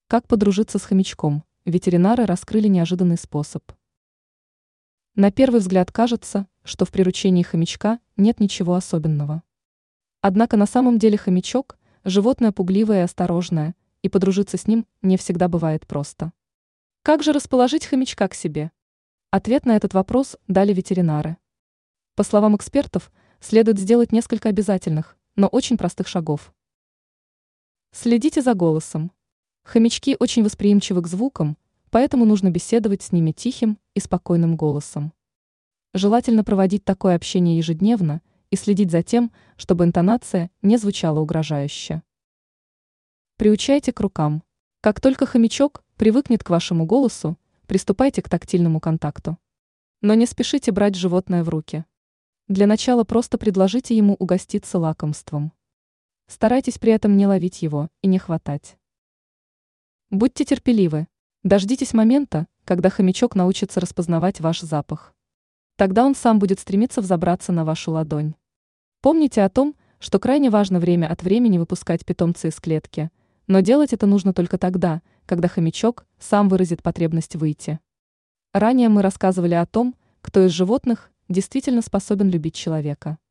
Как подружиться с хомячком? Ветеринары раскрыли неожиданный способ. На первый взгляд кажется, что в приручении хомячка нет ничего особенного. Однако на самом деле хомячок – животное пугливое и осторожное, и подружиться с ним не всегда бывает просто. Как же расположить хомячка к себе? Ответ на этот вопрос дали ветеринары. По словам экспертов, следует сделать несколько обязательных, но очень простых шагов. Следите за голосом. Хомячки очень восприимчивы к звукам, поэтому нужно беседовать с ними тихим и спокойным голосом. Желательно проводить такое общение ежедневно и следить за тем, чтобы интонация не звучала угрожающе. Приучайте к рукам. Как только хомячок привыкнет к вашему голосу, приступайте к тактильному контакту. Но не спешите брать животное в руки. Для начала просто предложите ему угоститься лакомством. Старайтесь при этом не ловить его и не хватать. Будьте терпеливы. Дождитесь момента, когда хомячок научится распознавать ваш запах. Тогда он сам будет стремиться взобраться на вашу ладонь. Помните о том, что крайне важно время от времени выпускать питомца из клетки, но делать это нужно только тогда, когда хомячок сам выразит потребность выйти. Ранее мы рассказывали о том, кто из животных действительно способен любить человека.